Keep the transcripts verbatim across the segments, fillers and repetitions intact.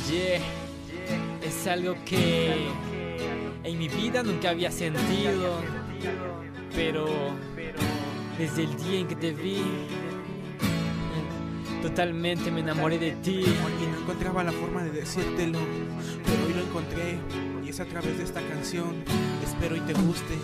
Yeah, es algo que en mi vida nunca había sentido, pero desde el día en que te vi, totalmente me enamoré de ti. Y no encontraba la forma de decírtelo, pero hoy lo encontré, y es a través de esta canción. Espero y te guste.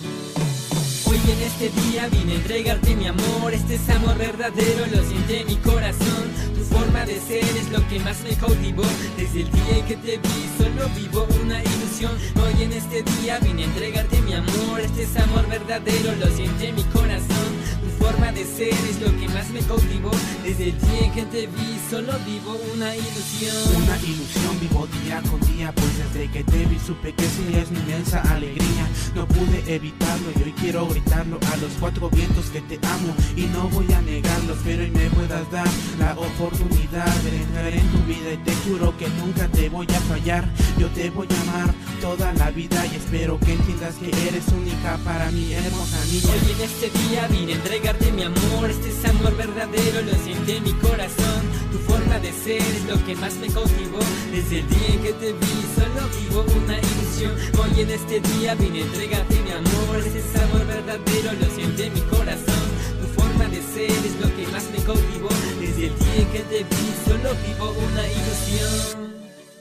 Hoy en este día vine a entregarte mi amor. Este es amor verdadero, lo siente mi corazón. Tu forma de ser es lo que más me cautivó. Desde el día en que te vi solo vivo una ilusión. Hoy en este día vine a entregarte mi amor. Este es amor verdadero, lo siente mi corazón. Tu forma de ser es lo que más me cautivó. Desde el día en que te vi solo vivo una ilusión. Una ilusión vivo día con día, pues desde que te vi supe que sí es mi inmensa alegría. No pude evitarlo y hoy quiero gritarlo a los cuatro vientos que te amo y no voy a negarlo. Espero y me puedas dar la oportunidad de entrar en tu vida y te juro que nunca te voy a fallar. Yo te voy a amar toda la vida y espero que entiendas que eres única para mi hermosa niña. Hoy en este día vine a entregarte mi amor. Este es amor verdadero, lo siente mi corazón. Tu forma de ser es lo que más me cautivó. Desde el día en que te vi solo vivo una ilusión. Hoy en este día vine a entregarte mi amor. Este es amor verdadero, lo siente mi corazón. Tu forma de ser es lo que más me cautivó. Desde el día en que te vi solo vivo una ilusión.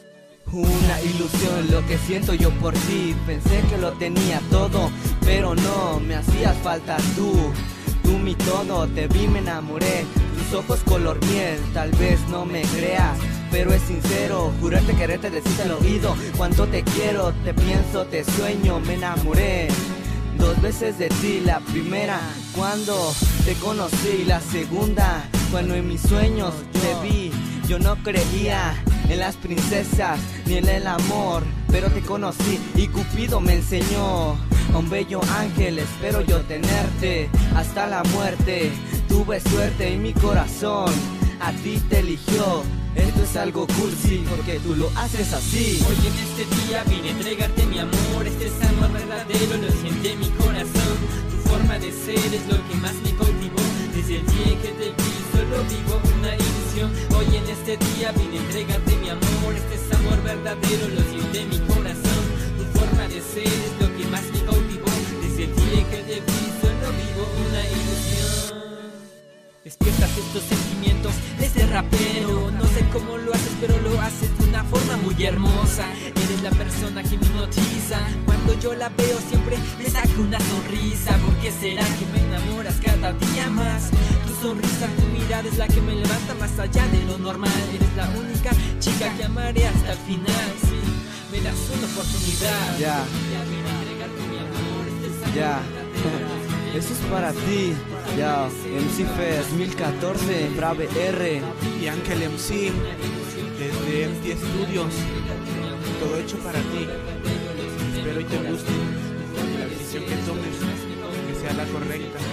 Una ilusión, lo que siento yo por ti. Pensé que lo tenía todo, pero no, me hacías falta tú. Tú mi todo, te vi, me enamoré. Tus ojos color miel, tal vez no me creas, pero es sincero, jurarte quererte, decirte al oído cuánto te quiero, te pienso, te sueño, me enamoré dos veces de ti. La primera cuando te conocí, la segunda cuando en mis sueños te vi. Yo no creía en las princesas ni en el amor, pero te conocí y Cupido me enseñó a un bello ángel. Espero yo tenerte hasta la muerte. Tuve suerte y mi corazón a ti te eligió. Esto es algo cursi porque tú lo haces así. Hoy en este día vine a entregarte mi amor. Este es amor verdadero, lo siente mi corazón. Tu forma de ser es lo que más me cautivó. Desde el día en que te vi solo vivo una ilusión. Hoy en este día vine a entregarte mi amor. Este es amor verdadero, lo siente mi corazón. Tu forma de ser es lo que más me cautivó. Desde el día en que te vi solo vivo una ilusión. Despiertas estos sentimientos desde rapero. No sé cómo lo haces, pero lo haces de una forma muy hermosa. Eres la persona que me hipnotiza. Cuando yo la veo siempre me saca una sonrisa. ¿Por qué será que me enamoras cada día más? Tu sonrisa, tu mirada es la que me levanta más allá de lo normal. Eres la única chica que amaré hasta el final. Sí, me das una oportunidad. Ya, Vine a entregarte mi amor. Este es amor ya. verdadero. Eso es para ti. Ya, M C Fest dos mil catorce, Brave R Y Ángel M C desde M T Studios, todo hecho para ti. Espero y te guste y la decisión que tomes que sea la correcta.